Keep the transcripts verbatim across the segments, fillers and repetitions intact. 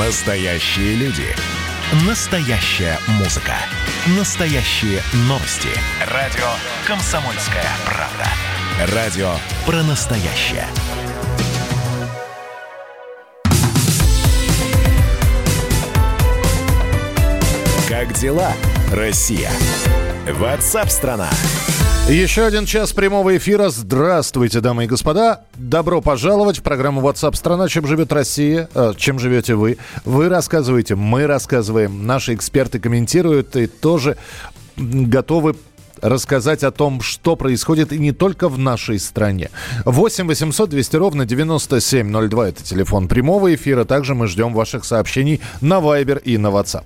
Настоящие люди. Настоящая музыка. Настоящие новости. Радио «Комсомольская правда». Радио про настоящее. Как дела, Россия? WhatsApp-страна. Еще один час прямого эфира. Здравствуйте, дамы и господа. Добро пожаловать в программу WhatsApp страна. Чем живет Россия? Э, чем живете вы? Вы рассказываете, мы рассказываем. Наши эксперты комментируют и тоже готовы рассказать о том, что происходит и не только в нашей стране. восемь восемьсот двести ровно девяносто семь ноль два. Это телефон прямого эфира. Также мы ждем ваших сообщений на Viber и на WhatsApp.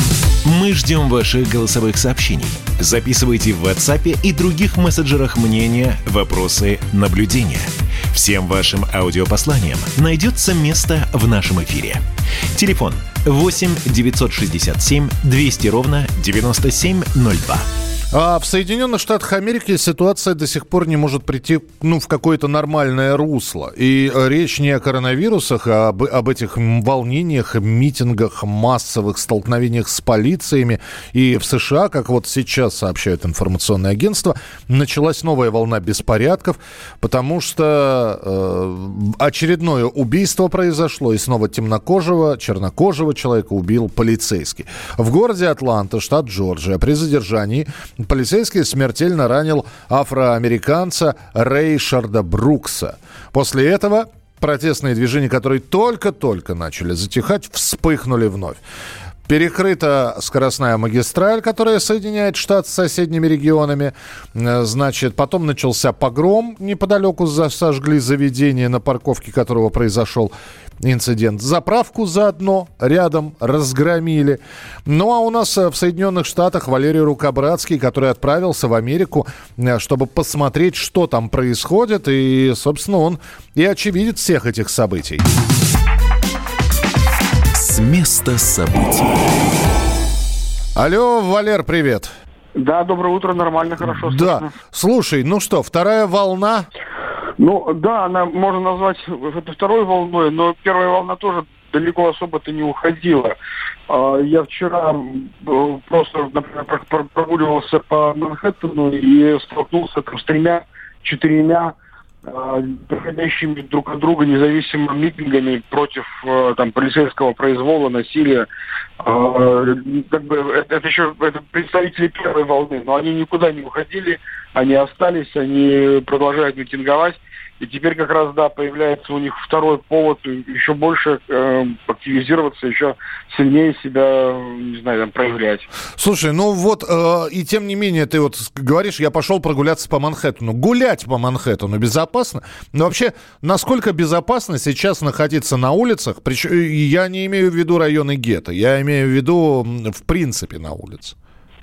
Мы ждем ваших голосовых сообщений. Записывайте в WhatsApp и других мессенджерах мнения, вопросы, наблюдения. Всем вашим аудиопосланиям найдется место в нашем эфире. Телефон восемь девятьсот шестьдесят семь двести ровно девяносто семь ноль два. А в Соединенных Штатах Америки ситуация до сих пор не может прийти, ну, в какое-то нормальное русло. И речь не о коронавирусах, а об, об этих волнениях, митингах, массовых столкновениях с полициями. И в США, как вот сейчас сообщают информационные агентства, началась новая волна беспорядков, потому что э, очередное убийство произошло, и снова темнокожего, чернокожего человека убил полицейский. В городе Атланта, штат Джорджия, при задержании полицейский смертельно ранил афроамериканца Рейшарда Брукса. После этого протестные движения, которые только-только начали затихать, вспыхнули вновь. Перекрыта скоростная магистраль, которая соединяет штат с соседними регионами. Значит, потом начался погром. Неподалеку сожгли заведение, на парковке которого произошел инцидент. Заправку заодно рядом разгромили. Ну, а у нас в Соединенных Штатах Валерий Рукобратский, который отправился в Америку, чтобы посмотреть, что там происходит. И, собственно, он и очевидец всех этих событий. С места событий. Алло, Валер, привет. Да, доброе утро, нормально, хорошо. Да, слышно. Слушай, ну что, вторая волна? Ну, да, она можно назвать это второй волной, но первая волна тоже далеко особо-то не уходила. Я вчера просто, например, прогуливался по Манхэттену и столкнулся там с тремя-четырьмя проходящими друг от друга независимо митингами против там полицейского произвола, насилия. Как бы это, это еще это представители первой волны, но они никуда не уходили, они остались, они продолжают митинговать. И теперь как раз, да, появляется у них второй повод еще больше э, активизироваться, еще сильнее себя, не знаю, там, проявлять. Слушай, ну вот, э, и тем не менее, ты вот говоришь, я пошел прогуляться по Манхэттену. Гулять по Манхэттену безопасно? Но вообще, насколько безопасно сейчас находиться на улицах? Причем я не имею в виду районы гетто, я имею в виду, в принципе, на улице.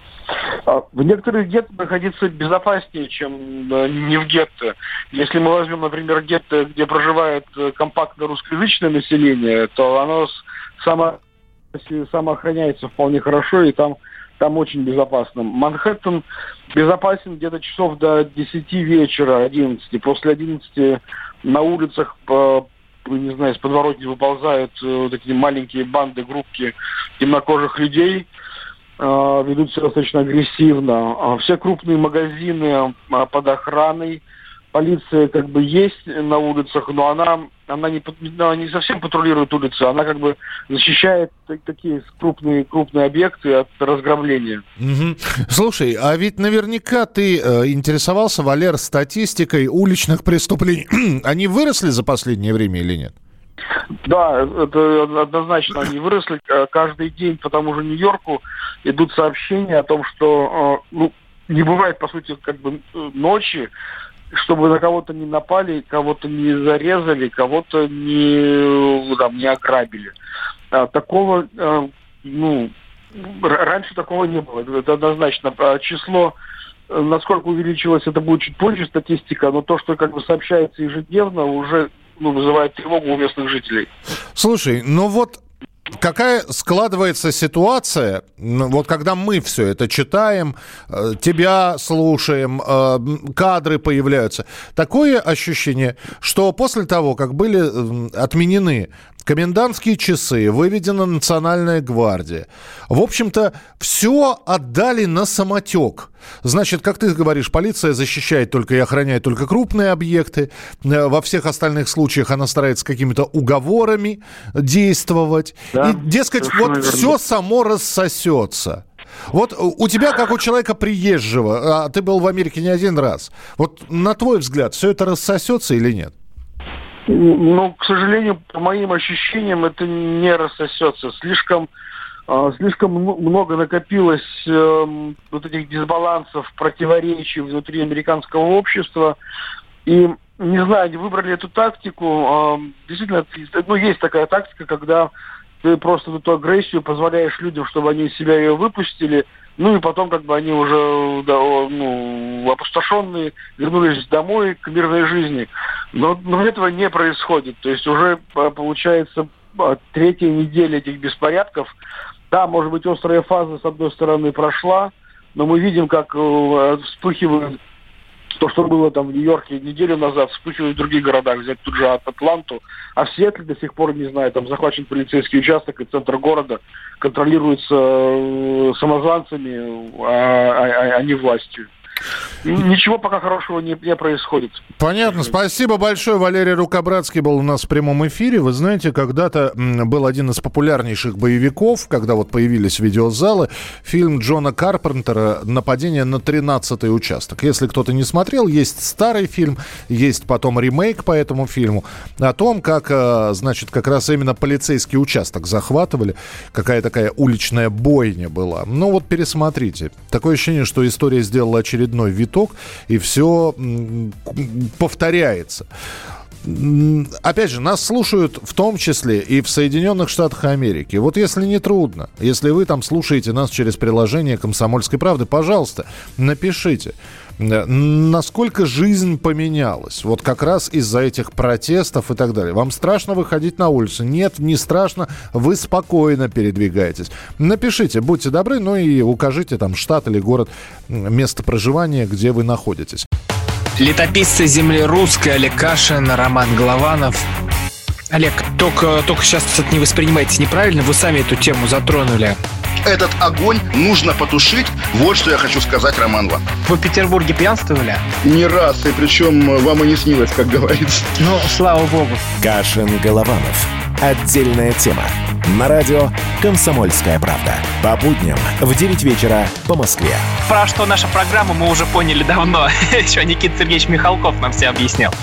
В некоторых гетто находиться безопаснее, чем не в гетто. Если мы возьмем, например, гетто, где проживает компактно русскоязычное население, то оно само, самоохраняется вполне хорошо, и там, там очень безопасно. Манхэттен безопасен где-то часов до десяти вечера, одиннадцати. После одиннадцати на улицах по не знаю, из подворотни выползают вот такие маленькие банды, группки темнокожих людей, ведут себя достаточно агрессивно. Все крупные магазины под охраной. Полиция как бы есть на улицах, но она, она не, она не совсем патрулирует улицы. Она как бы защищает такие крупные, крупные объекты от разграбления. Угу. Слушай, а ведь наверняка ты э, интересовался, Валер, статистикой уличных преступлений. Они выросли за последнее время или нет? Да, это однозначно они выросли. Каждый день по тому же Нью-Йорку идут сообщения о том, что ну, не бывает, по сути, как бы ночи, чтобы на кого-то не напали, кого-то не зарезали, кого-то не, там, не ограбили. Такого, ну, раньше такого не было. Это однозначно. Число, насколько увеличилось, это будет чуть позже статистика, но то, что как бы сообщается ежедневно, уже ну, вызывает тревогу у местных жителей. Слушай, ну вот какая складывается ситуация, вот когда мы все это читаем, тебя слушаем, кадры появляются, такое ощущение, что после того, как были отменены комендантские часы, выведена Национальная гвардия. В общем-то, все отдали на самотек. Значит, как ты говоришь, полиция защищает только и охраняет только крупные объекты. Во всех остальных случаях она старается какими-то уговорами действовать. Да, и, дескать, вот верно. Все само рассосется. Вот у тебя, как у человека приезжего, а ты был в Америке не один раз, вот на твой взгляд, все это рассосется или нет? Ну, к сожалению, по моим ощущениям, это не рассосется. Слишком, э, слишком много накопилось э, вот этих дисбалансов, противоречий внутри американского общества. И, не знаю, они выбрали эту тактику. Э, действительно, ну, есть такая тактика, когда ты просто эту агрессию позволяешь людям, чтобы они из себя ее выпустили. Ну и потом, как бы, они уже, да, ну, опустошенные, вернулись домой к мирной жизни. Но, но этого не происходит. То есть уже, получается, третья неделя этих беспорядков. Да, может быть, острая фаза, с одной стороны, прошла, но мы видим, как вспыхивают то, что было там в Нью-Йорке неделю назад, вспыхивают в других городах, взять тут же Атланту. А в Сиэтле до сих пор, не знаю, там захвачен полицейский участок, и центр города контролируется самозванцами, а, а, а не властью. Ничего пока хорошего не, не происходит. Понятно. Спасибо большое. Валерий Рукобратский был у нас в прямом эфире. Вы знаете, когда-то был один из популярнейших боевиков, когда вот появились видеозалы, фильм Джона Карпентера «Нападение на тринадцатый участок». Если кто-то не смотрел, есть старый фильм, есть потом ремейк по этому фильму о том, как, значит, как раз именно полицейский участок захватывали. Какая такая уличная бойня была. Ну вот пересмотрите. Такое ощущение, что история сделала очередной виток, и все повторяется. Опять же, нас слушают в том числе и в Соединенных Штатах Америки. Вот если не трудно, если вы там слушаете нас через приложение «Комсомольской правды», пожалуйста, напишите, насколько жизнь поменялась. Вот как раз из-за этих протестов и так далее. Вам страшно выходить на улицу? Нет, не страшно. Вы спокойно передвигаетесь. Напишите, будьте добры, ну и укажите там штат или город, место проживания, где вы находитесь. Летописцы земли русской Олег Кашин, Роман Голованов. Олег, только, только сейчас это не воспринимайте неправильно, вы сами эту тему затронули. Этот огонь нужно потушить. Вот что я хочу сказать, Роман вам. Вы в Петербурге пьянствовали? Не раз, и причем вам и не снилось, как говорится. Ну, слава богу. Кашин, Голованов. Отдельная тема. На радио «Комсомольская правда». По будням в девять вечера по Москве. Про что наша программа мы уже поняли давно. Еще Никита Сергеевич Михалков нам все объяснял.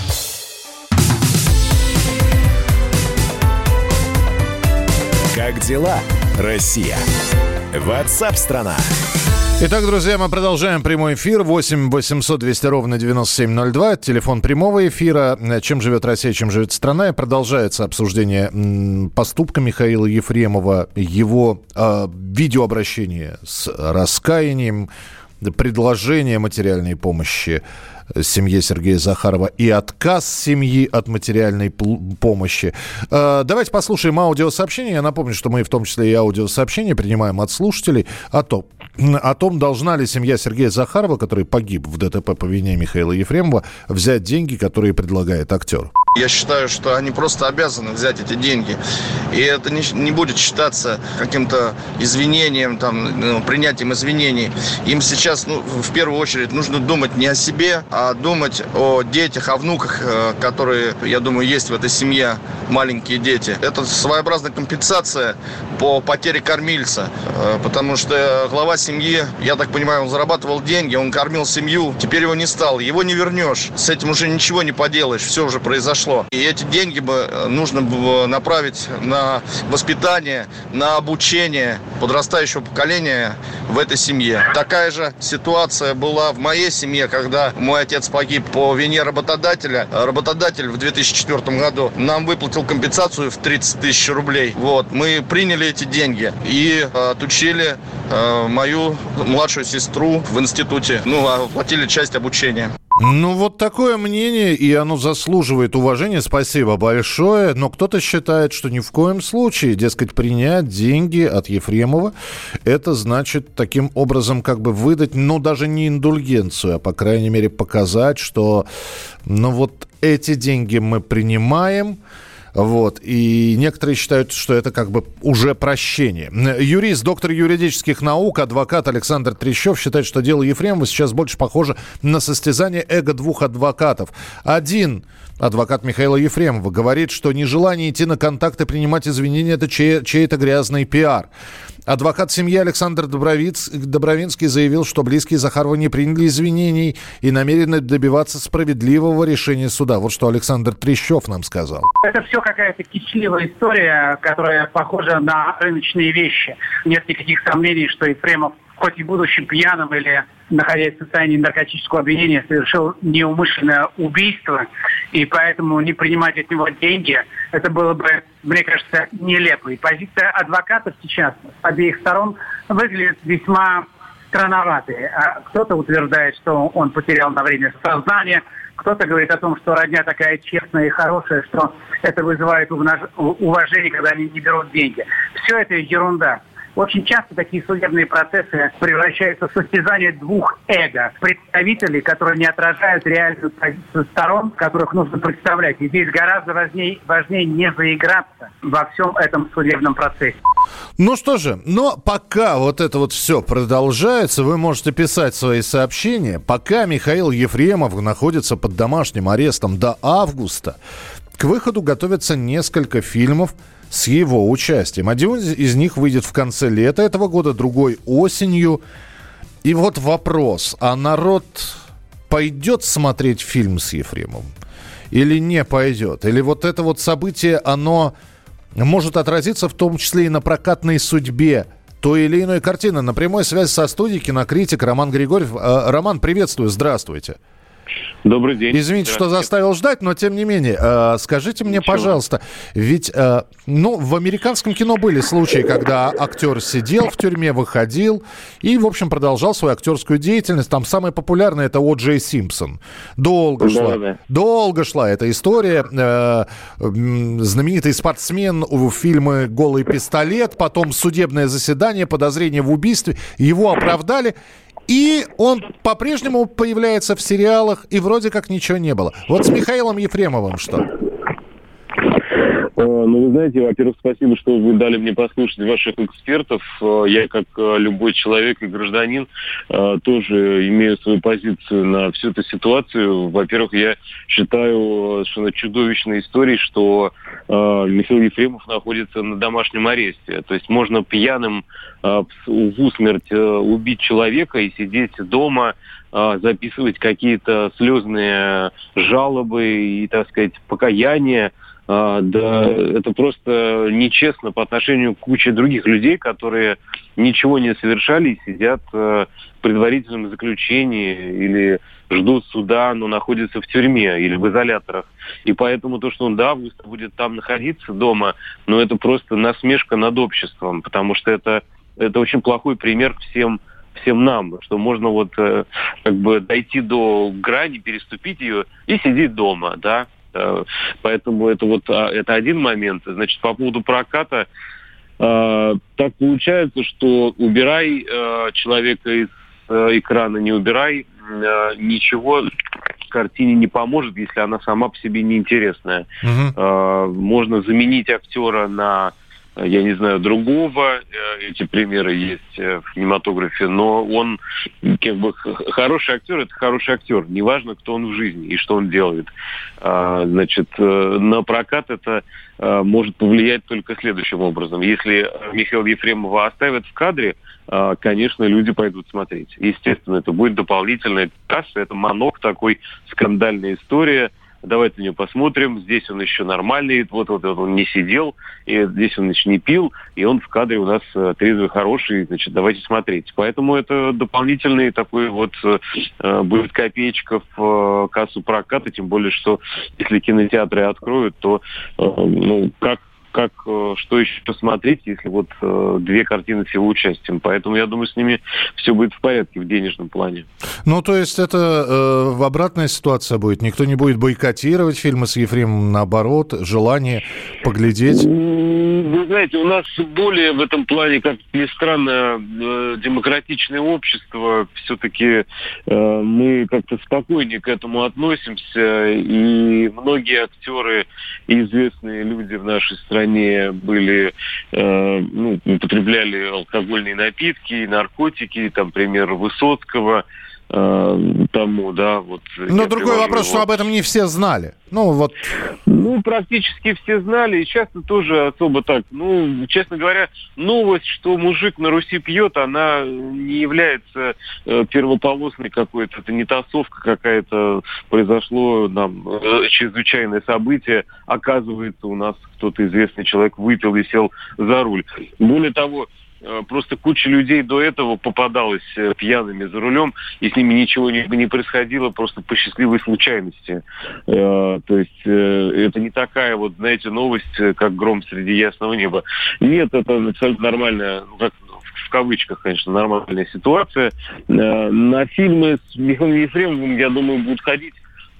Как дела, Россия? Ватсап-страна! Итак, друзья, мы продолжаем прямой эфир. восемь восемьсот двести ровно девяносто семь ноль два. Это телефон прямого эфира. Чем живет Россия, чем живет страна. И продолжается обсуждение м, поступка Михаила Ефремова, его э, видеообращение с раскаянием, предложение материальной помощи семье Сергея Захарова и отказ семьи от материальной помощи. Э, давайте послушаем аудиосообщение. Я напомню, что мы в том числе и аудиосообщения принимаем от слушателей о том, о том, должна ли семья Сергея Захарова, который погиб в ДТП по вине Михаила Ефремова, взять деньги, которые предлагает актер. Я считаю, что они просто обязаны взять эти деньги. И это не, не будет считаться каким-то извинением, там, ну, принятием извинений. Им сейчас, ну, в первую очередь, нужно думать не о себе, а думать о детях, о внуках, которые, я думаю, есть в этой семье, маленькие дети. Это своеобразная компенсация по потере кормильца. Потому что глава семьи, я так понимаю, он зарабатывал деньги, он кормил семью, теперь его не стало. Его не вернешь. С этим уже ничего не поделаешь. Все уже произошло. И эти деньги бы нужно было направить на воспитание, на обучение подрастающего поколения в этой семье. Такая же ситуация была в моей семье, когда мой отец погиб по вине работодателя. Работодатель в две тысячи четвёртом году нам выплатил компенсацию в тридцать тысяч рублей. Вот. Мы приняли эти деньги и э, отучили э, мою младшую сестру в институте. Ну, оплатили часть обучения. Ну, вот такое мнение, и оно заслуживает уважения. Спасибо большое. Но кто-то считает, что ни в коем случае, дескать, принять деньги от Ефремова, это значит таким образом как бы выдать, ну, даже не индульгенцию, а, по крайней мере, показать, что, ну, вот эти деньги мы принимаем, Вот. И некоторые считают, что это как бы уже прощение. Юрист, доктор юридических наук, адвокат Александр Трещев считает, что дело Ефремова сейчас больше похоже на состязание эго двух адвокатов. Один адвокат Михаила Ефремова говорит, что нежелание идти на контакт и принимать извинения – это чей- чей-то грязный пиар. Адвокат семьи Александр Добровиц, Добровинский заявил, что близкие Захарова не приняли извинений и намерены добиваться справедливого решения суда. Вот что Александр Трещев нам сказал. Это все какая-то кичливая история, которая похожа на рыночные вещи. Нет никаких сомнений, что Ефремов, хоть и будучи пьяным или находясь в состоянии наркотического обвинения, совершил неумышленное убийство, и поэтому не принимать от него деньги, это было бы, мне кажется, нелепо. И позиция адвокатов сейчас с обеих сторон выглядит весьма странноватой. Кто-то утверждает, что он потерял на время сознание, кто-то говорит о том, что родня такая честная и хорошая, что это вызывает уважение, когда они не берут деньги. Все это ерунда. Очень часто такие судебные процессы превращаются в состязание двух эго. Представителей, которые не отражают реальную позицию сторон, которых нужно представлять. И здесь гораздо важнее, важнее не заиграться во всем этом судебном процессе. Ну что же, но пока вот это вот все продолжается, вы можете писать свои сообщения. Пока Михаил Ефремов находится под домашним арестом до августа, к выходу готовятся несколько фильмов с его участием. Один из них выйдет в конце лета этого года, другой осенью. И вот вопрос, а народ пойдет смотреть фильм с Ефремовым или не пойдет? Или вот это вот событие, оно может отразиться в том числе и на прокатной судьбе той или иной картины? На прямой связи со студией кинокритик Роман Григорьев. Роман, приветствую, здравствуйте. Добрый день. Извините, что заставил ждать, но тем не менее, э, скажите мне, Ничего. пожалуйста, ведь э, ну, в американском кино были случаи, когда актер сидел в тюрьме, выходил и, в общем, продолжал свою актерскую деятельность. Там самое популярное — это О. Джей Симпсон. Долго да, шла, да. долго шла эта история. Э, знаменитый спортсмен в фильме «Голый пистолет», потом судебное заседание, подозрение в убийстве. Его оправдали. И он по-прежнему появляется в сериалах, и вроде как ничего не было. Вот с Михаилом Ефремовым что? Ну, вы знаете, во-первых, спасибо, что вы дали мне послушать ваших экспертов. Я, как любой человек и гражданин, тоже имею свою позицию на всю эту ситуацию. Во-первых, я считаю совершенно чудовищной историей, что Михаил Ефремов находится на домашнем аресте. То есть можно пьяным в усмерть убить человека и сидеть дома, записывать какие-то слезные жалобы и, так сказать, покаяния. А, да, это просто нечестно по отношению к куче других людей, которые ничего не совершали и сидят в предварительном заключении или ждут суда, но находятся в тюрьме или в изоляторах. И поэтому то, что он до августа будет там находиться дома, ну это просто насмешка над обществом, потому что это, это очень плохой пример всем всем нам, что можно вот э, как бы дойти до грани, переступить ее и сидеть дома, да. Поэтому это вот это один момент. Значит, по поводу проката, э, так получается, что убирай э, человека из э, экрана, не убирай, э, ничего картине не поможет, если она сама по себе неинтересная. Uh-huh. Э, можно заменить актера на, я не знаю, другого. Эти примеры есть в кинематографе, но он как бы хороший актер, это хороший актер. Неважно, кто он в жизни и что он делает. Значит, на прокат это может повлиять только следующим образом. Если Михаила Ефремова оставят в кадре, конечно, люди пойдут смотреть. Естественно, это будет дополнительная касса, это манок такой, скандальная история. Давайте на нее посмотрим. Здесь он еще нормальный, вот, вот, вот он не сидел, и здесь он еще не пил, и он в кадре у нас трезвый, хороший, значит, давайте смотреть. Поэтому это дополнительный такой вот э, будет копеечка в э, кассу проката, тем более, что если кинотеатры откроют, то, э, ну, как как, что еще посмотреть, если вот э, две картины с его участием. Поэтому, я думаю, с ними все будет в порядке в денежном плане. Ну, то есть это э, обратная ситуация будет? Никто не будет бойкотировать фильмы с Ефремовым, наоборот, желание поглядеть? Вы Вы знаете, у нас более в этом плане, как ни странно, демократичное общество. Все-таки мы как-то спокойнее к этому относимся. И многие актеры и известные люди в нашей стране были, ну, употребляли алкогольные напитки, наркотики, там, пример Высоцкого. Тому, да, вот. Но другой вопрос, его. Что об этом не все знали. Ну, вот. Ну, практически все знали, и часто тоже особо так. Ну, честно говоря, новость, что мужик на Руси пьет, она не является э, первополосной какой-то. Это не тасовка какая-то. Произошло нам э, чрезвычайное событие. Оказывается, у нас кто-то известный человек выпил и сел за руль. Более того, просто куча людей до этого попадалась пьяными за рулем, и с ними ничего не, не происходило просто по счастливой случайности. Э, то есть э, это не такая вот, знаете, новость, как гром среди ясного неба. Нет, это абсолютно нормальная, ну, как в кавычках, конечно, нормальная ситуация. Э, на фильмы с Михаилом Ефремовым, я думаю, будут ходить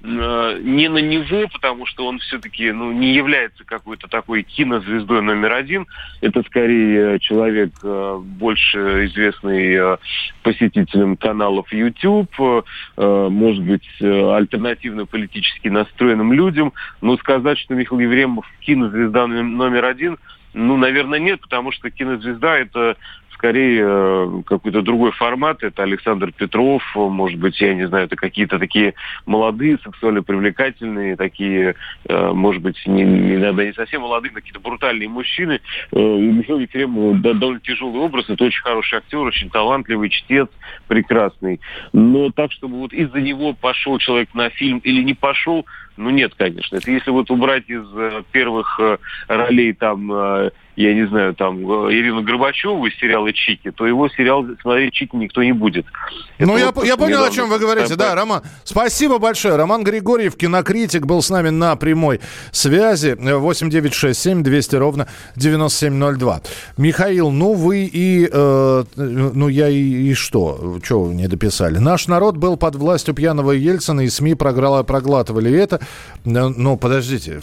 не на него, потому что он все-таки, ну, не является какой-то такой кинозвездой номер один. Это скорее человек больше известный посетителям каналов YouTube, может быть, альтернативно-политически настроенным людям. Но сказать, что Михаил Ефремов кинозвезда номер один, ну, наверное, нет, потому что кинозвезда — это скорее э, какой-то другой формат. Это Александр Петров, может быть, я не знаю, это какие-то такие молодые, сексуально привлекательные, такие, э, может быть, не, иногда не совсем молодые, какие-то брутальные мужчины. Э, Михаил Ефремов, да, довольно тяжелый образ, это очень хороший актер, очень талантливый, чтец, прекрасный. Но так, чтобы вот из-за него пошел человек на фильм или не пошел, ну нет, конечно. Это если вот убрать из э, первых э, ролей там, э, я не знаю, там, э, Ирину Горбачеву из сериала «Чики», то его сериал смотреть «Чики» никто не будет. Ну, я, вот я понял, о чем вы говорите. Да, Роман, спасибо большое. Роман Григорьев, кинокритик, был с нами на прямой связи. восемь девятьсот шестьдесят семь двести ровно девяносто семь ноль два. Михаил, ну вы и... Э, ну я и, и что? Чего вы не дописали? Наш народ был под властью пьяного Ельцина, и СМИ проглатывали это. Ну, подождите.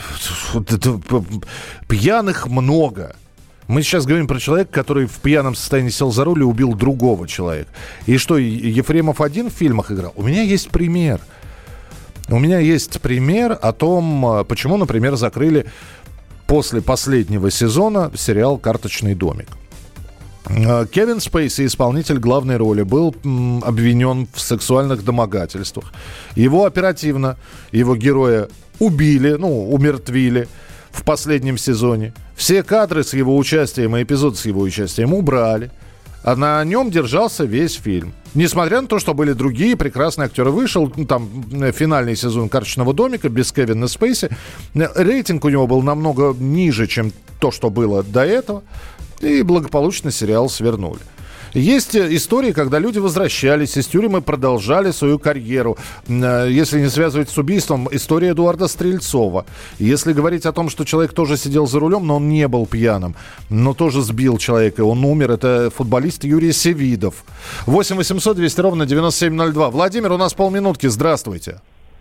Пьяных много. Мы сейчас говорим про человека, который в пьяном состоянии сел за руль и убил другого человека. И что, Ефремов один в фильмах играл? У меня есть пример. У меня есть пример о том, почему, например, закрыли после последнего сезона сериал «Карточный домик». Кевин Спейси, исполнитель главной роли, был м, обвинен в сексуальных домогательствах. Его оперативно, его героя убили, ну, умертвили в последнем сезоне. Все кадры с его участием и эпизоды с его участием убрали. А на нем держался весь фильм. Несмотря на то, что были другие прекрасные актеры. Вышел ну, там финальный сезон «Карточного домика» без Кевина Спейси. Рейтинг у него был намного ниже, чем то, что было до этого. И благополучно сериал свернули. Есть истории, когда люди возвращались из тюрьмы и продолжали свою карьеру. Если не связывать с убийством, история Эдуарда Стрельцова. Если говорить о том, что человек тоже сидел за рулем, но он не был пьяным, но тоже сбил человека, и он умер, это футболист Юрий Севидов. восемь восемьсот двести ровно девяносто семь ноль два. Владимир, у нас полминутки, здравствуйте.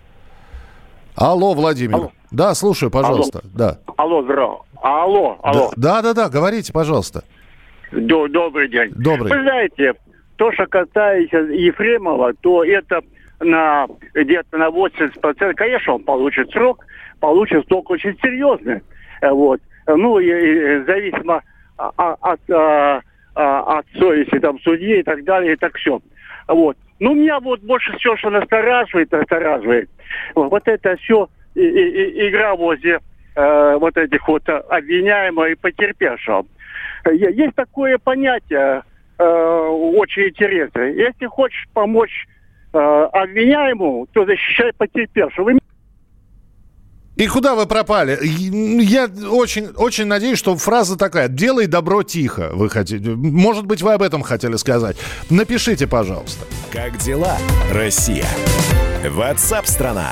Алло, Владимир. Алло. Да, слушаю, пожалуйста. Алло, да. алло, здраво. Алло, алло. Да, да, да, говорите, пожалуйста. Добрый день. Добрый. Вы знаете, то, что касается Ефремова, то это на где-то на восемьдесят процентов, конечно, он получит срок, получит срок очень серьезный. Вот. Ну, и, и зависимо от, от, от, от совести там, судьи и так далее, и так все. Вот. Ну, меня вот больше всего, что настораживает, настораживает. Вот, вот это все и, и, и, игра возле э, вот этих вот обвиняемых и потерпевших. Есть такое понятие э, очень интересное. Если хочешь помочь э, обвиняемому, то защищай потерпевшего. И куда вы пропали? Я очень, очень надеюсь, что фраза такая: «Делай добро тихо». Вы хотите? Может быть, вы об этом хотели сказать. Напишите, пожалуйста. Как дела, Россия? WhatsApp-страна.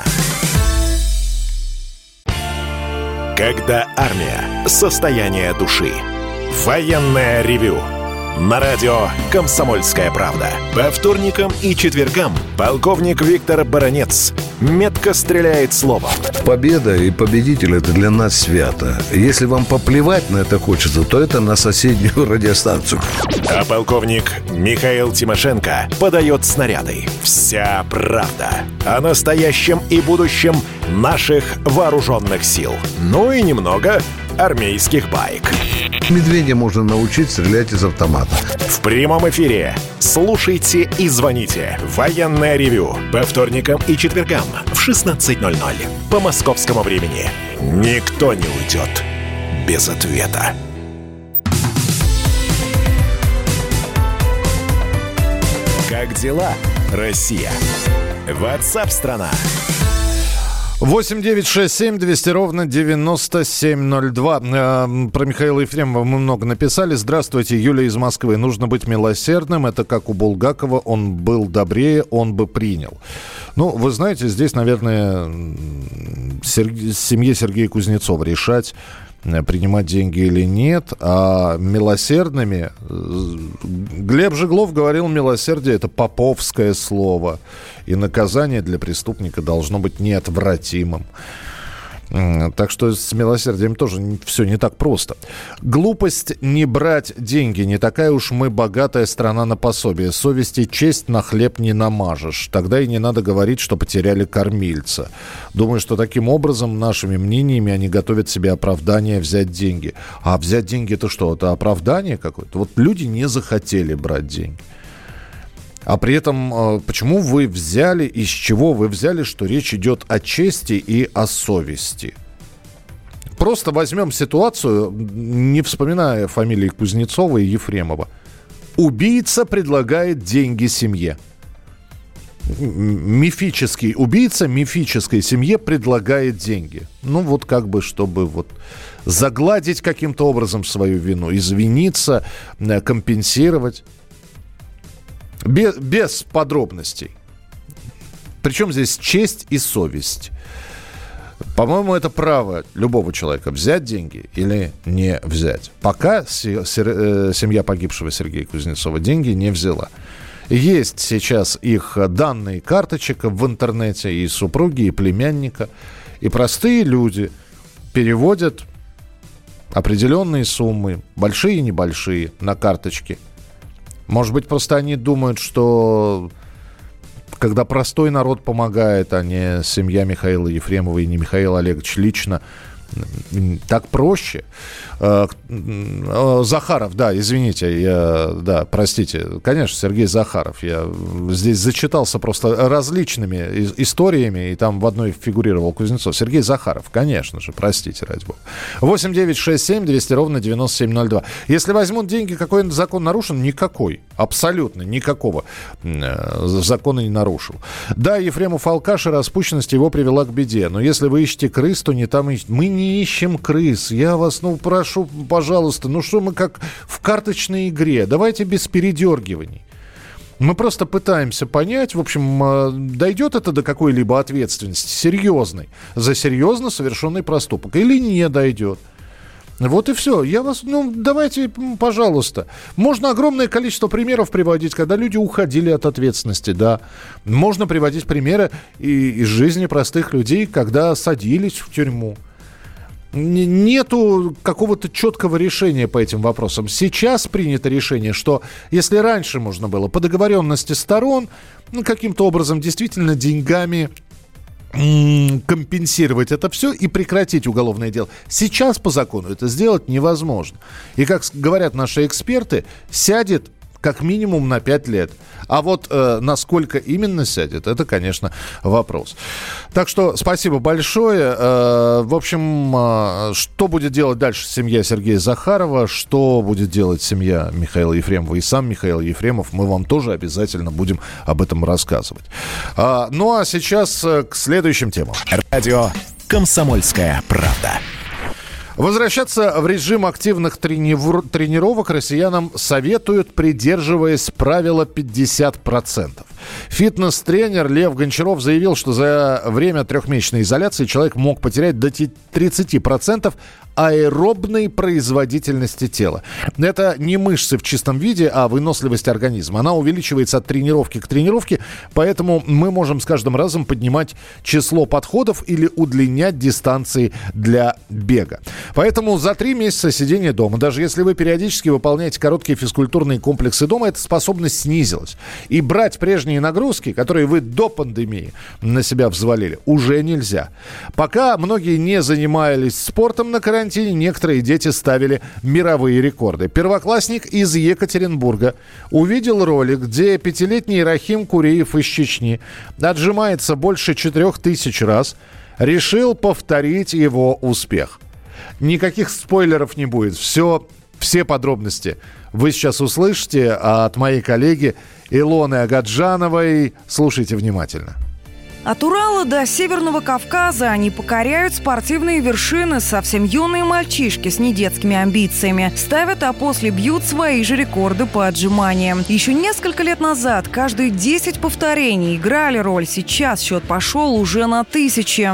Когда армия. Состояние души. Военное ревю На радио «Комсомольская правда». По вторникам и четвергам полковник Виктор Баранец метко стреляет словом. Победа и победитель – это для нас свято. Если вам поплевать на это хочется, то это на соседнюю радиостанцию. А полковник Михаил Тимошенко подает снаряды. Вся правда о настоящем и будущем наших вооруженных сил. Ну и немного армейских баек. Медведя можно научить стрелять из автомата. В прямом эфире слушайте и звоните. Военное ревю по вторникам и четвергам в шестнадцать ноль ноль по московскому времени. Никто не уйдет без ответа. Как дела, Россия? Ватсап-страна! восемь девятьсот шестьдесят семь двести ровно девяносто семь ноль два. Э, про Михаила Ефремова мы много написали. Здравствуйте, Юлия из Москвы. Нужно быть милосердным. Это как у Булгакова. Он был добрее, он бы принял. Ну, вы знаете, здесь, наверное, Серг... семье Сергея Кузнецова решать, принимать деньги или нет. А милосердными... Глеб Жиглов говорил, милосердие – это поповское слово. И наказание для преступника должно быть неотвратимым. Так что с милосердием тоже все не так просто. Глупость не брать деньги. Не такая уж мы богатая страна на пособие. Совесть и честь на хлеб не намажешь. Тогда и не надо говорить, что потеряли кормильца. Думаю, что таким образом, нашими мнениями, они готовят себе оправдание взять деньги. А взять деньги – это что? Это оправдание какое-то? Вот люди не захотели брать деньги. А при этом, почему вы взяли, из чего вы взяли, что речь идет о чести и о совести? Просто возьмем ситуацию, не вспоминая фамилии Кузнецова и Ефремова. Убийца предлагает деньги семье. Мифический убийца мифической семье предлагает деньги. Ну вот как бы, чтобы вот загладить каким-то образом свою вину, извиниться, компенсировать. Без, без подробностей. Причем здесь честь и совесть. По-моему, это право любого человека взять деньги или не взять. Пока семья погибшего Сергея Кузнецова деньги не взяла. Есть сейчас их данные карточек в интернете, и супруги, и племянника. И простые люди переводят определенные суммы, большие и небольшие, на карточки. Может быть, просто они думают, что когда простой народ помогает, а не семья Михаила Ефремова и не Михаил Олегович лично, так проще. Захаров, да, извините, я, да, простите, конечно, Сергей Захаров. Я здесь зачитался просто различными историями, и там в одной фигурировал Кузнецов. Сергей Захаров, конечно же, простите, ради бога. восемь девятьсот шестьдесят семь двести ровно девяносто семь ноль два. Если возьмут деньги, какой закон нарушен? Никакой. Абсолютно никакого закона не нарушил. Да, Ефремов алкаш, и распущенность его привела к беде. Но если вы ищете крыс, то не там ищете. Мы не ищем крыс. Я вас, ну, прошу, пожалуйста, ну что мы как в карточной игре? Давайте без передергиваний. Мы просто пытаемся понять, в общем, дойдет это до какой-либо ответственности серьезной за серьезно совершенный проступок или не дойдет. Вот и все. Я вас, ну, давайте, пожалуйста. Можно огромное количество примеров приводить, когда люди уходили от ответственности, да. Можно приводить примеры и из жизни простых людей, когда садились в тюрьму. Нету какого-то четкого решения по этим вопросам. Сейчас принято решение, что если раньше можно было по договоренности сторон, ну, каким-то образом действительно деньгами компенсировать это все и прекратить уголовное дело. Сейчас по закону это сделать невозможно. И, как говорят наши эксперты, сядет как минимум на пять лет. А вот э, насколько именно сядет, это, конечно, вопрос. Так что спасибо большое. Э, в общем, э, что будет делать дальше семья Сергея Захарова, что будет делать семья Михаила Ефремова и сам Михаил Ефремов, мы вам тоже обязательно будем об этом рассказывать. Э, ну а сейчас э, к следующим темам. Радио «Комсомольская правда». Возвращаться в режим активных трени- тренировок россиянам советуют, придерживаясь правила пятьдесят процентов. Фитнес-тренер Лев Гончаров заявил, что за время трехмесячной изоляции человек мог потерять до тридцать процентов аэробной производительности тела. Это не мышцы в чистом виде, а выносливость организма. Она увеличивается от тренировки к тренировке, поэтому мы можем с каждым разом поднимать число подходов или удлинять дистанции для бега. Поэтому за три месяца сидения дома, даже если вы периодически выполняете короткие физкультурные комплексы дома, эта способность снизилась. И брать прежние нагрузки, которые вы до пандемии на себя взвалили, уже нельзя. Пока многие не занимались спортом на карантине, некоторые дети ставили мировые рекорды. Первоклассник из Екатеринбурга увидел ролик, где пятилетний Рахим Куриев из Чечни отжимается больше четырех тысяч раз. Решил повторить его успех. Никаких спойлеров не будет. Все, все подробности вы сейчас услышите от моей коллеги Илоны Агаджановой. Слушайте внимательно. От Урала до Северного Кавказа они покоряют спортивные вершины. Совсем юные мальчишки с недетскими амбициями ставят, а после бьют свои же рекорды по отжиманиям. Еще несколько лет назад каждые десять повторений играли роль. Сейчас счет пошел уже на тысячи.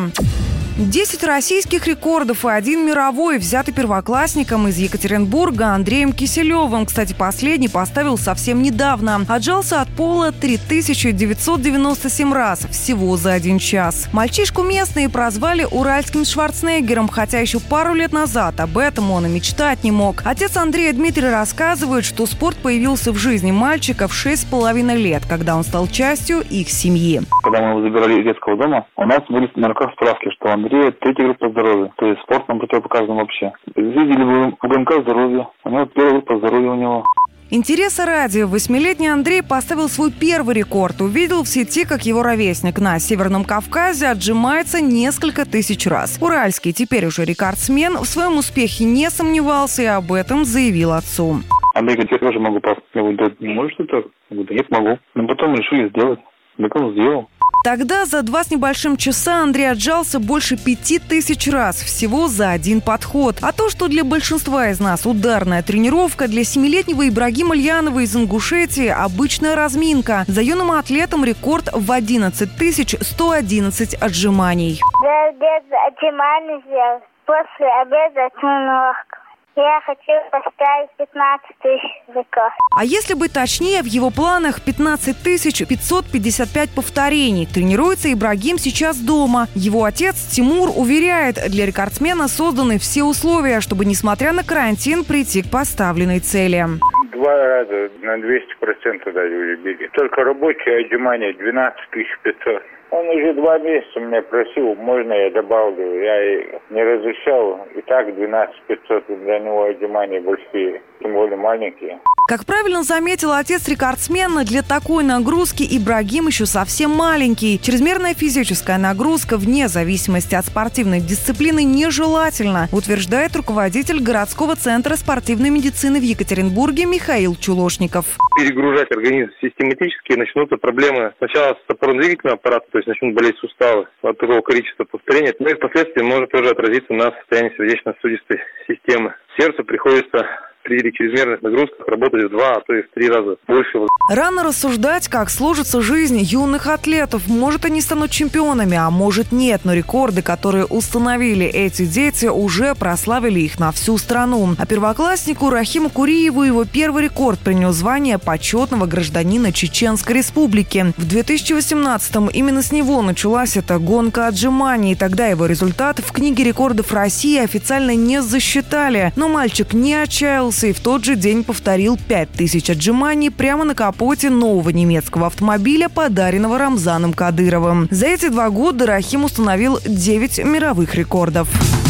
десять российских рекордов и один мировой взяты первоклассником из Екатеринбурга Андреем Киселевым. Кстати, последний поставил совсем недавно. Отжался от пола три тысячи девятьсот девяносто семь раз всего за один час. Мальчишку местные прозвали уральским Шварценеггером, хотя еще пару лет назад об этом он и мечтать не мог. Отец Андрея Дмитрий рассказывает, что спорт появился в жизни мальчика в шесть с половиной лет, когда он стал частью их семьи. Когда мы его забирали из детского дома, у нас были на руках справки, что Андрей третья группа здоровья, то есть спорт нам противопоказан вообще. Видели бы в ГМК здоровья, у него первая группа здоровья у него. Интереса ради, восьмилетний Андрей поставил свой первый рекорд. Увидел в сети, как его ровесник на Северном Кавказе отжимается несколько тысяч раз. Уральский, теперь уже рекордсмен, в своем успехе не сомневался и об этом заявил отцу. Андрей говорит, я тоже могу поставить. Я говорю, да не можешь ты так? Я говорю, да нет, могу. Но потом решили сделать. Так он сделал. Тогда за два с небольшим часа Андрей отжался больше пяти тысяч раз, всего за один подход. А то, что для большинства из нас ударная тренировка, для семилетнего Ибрагима Ильянова из Ингушетии обычная разминка. За юным атлетом рекорд в одиннадцать тысяч сто одиннадцать отжиманий. За обед отжимания сделал, после обеда тренировка. Я хочу поставить пятнадцать тысяч рекорд. А если быть точнее, в его планах пятнадцать тысяч пятьсот пятьдесят пять повторений. Тренируется Ибрагим сейчас дома. Его отец Тимур уверяет, для рекордсмена созданы все условия, чтобы, несмотря на карантин, прийти к поставленной цели. Два раза на двести процентов даю беги. Только рабочие отжимания двенадцать тысяч пятьсот. Он уже два месяца меня просил, можно я добавлю. Я не разрешал. И так двенадцать тысяч пятьсот для него отжимания большие, тем более маленькие. Как правильно заметил отец рекордсмена, для такой нагрузки Ибрагим еще совсем маленький. Чрезмерная физическая нагрузка вне зависимости от спортивной дисциплины нежелательна, утверждает руководитель городского центра спортивной медицины в Екатеринбурге Михаил Чулошников. Перегружать организм систематически начнутся проблемы сначала с опорно-двигательным аппаратом, то есть начнут болеть суставы от такого количества повторений, но и впоследствии может тоже отразиться на состоянии сердечно-сосудистой системы. Сердцу приходится при чрезмерных нагрузках работать в два, а то и в три раза больше. Рано рассуждать, как сложится жизнь юных атлетов. Может, они станут чемпионами, а может нет. Но рекорды, которые установили эти дети, уже прославили их на всю страну. А первокласснику Рахиму Куриеву его первый рекорд принес звание почетного гражданина Чеченской Республики. В две тысячи восемнадцатом именно с него началась эта гонка отжиманий. Тогда его результат в книге рекордов России официально не засчитали. Но мальчик не отчаялся и в тот же день повторил пять тысяч отжиманий прямо на капоте нового немецкого автомобиля, подаренного Рамзаном Кадыровым. За эти два года Рахим установил девять мировых рекордов.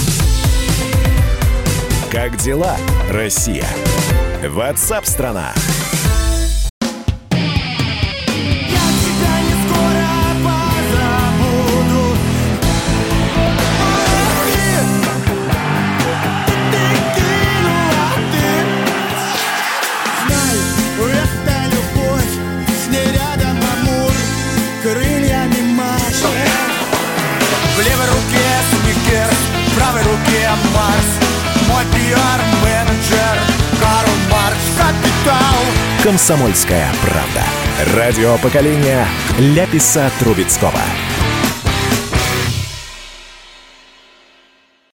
Как дела, Россия? Ватсап-страна! В левой руке Сникерс, в правой руке Марс. Мой пиар-менеджер Карл Маркс, капитал. Комсомольская правда. Радио поколения Ляписа Трубецкого.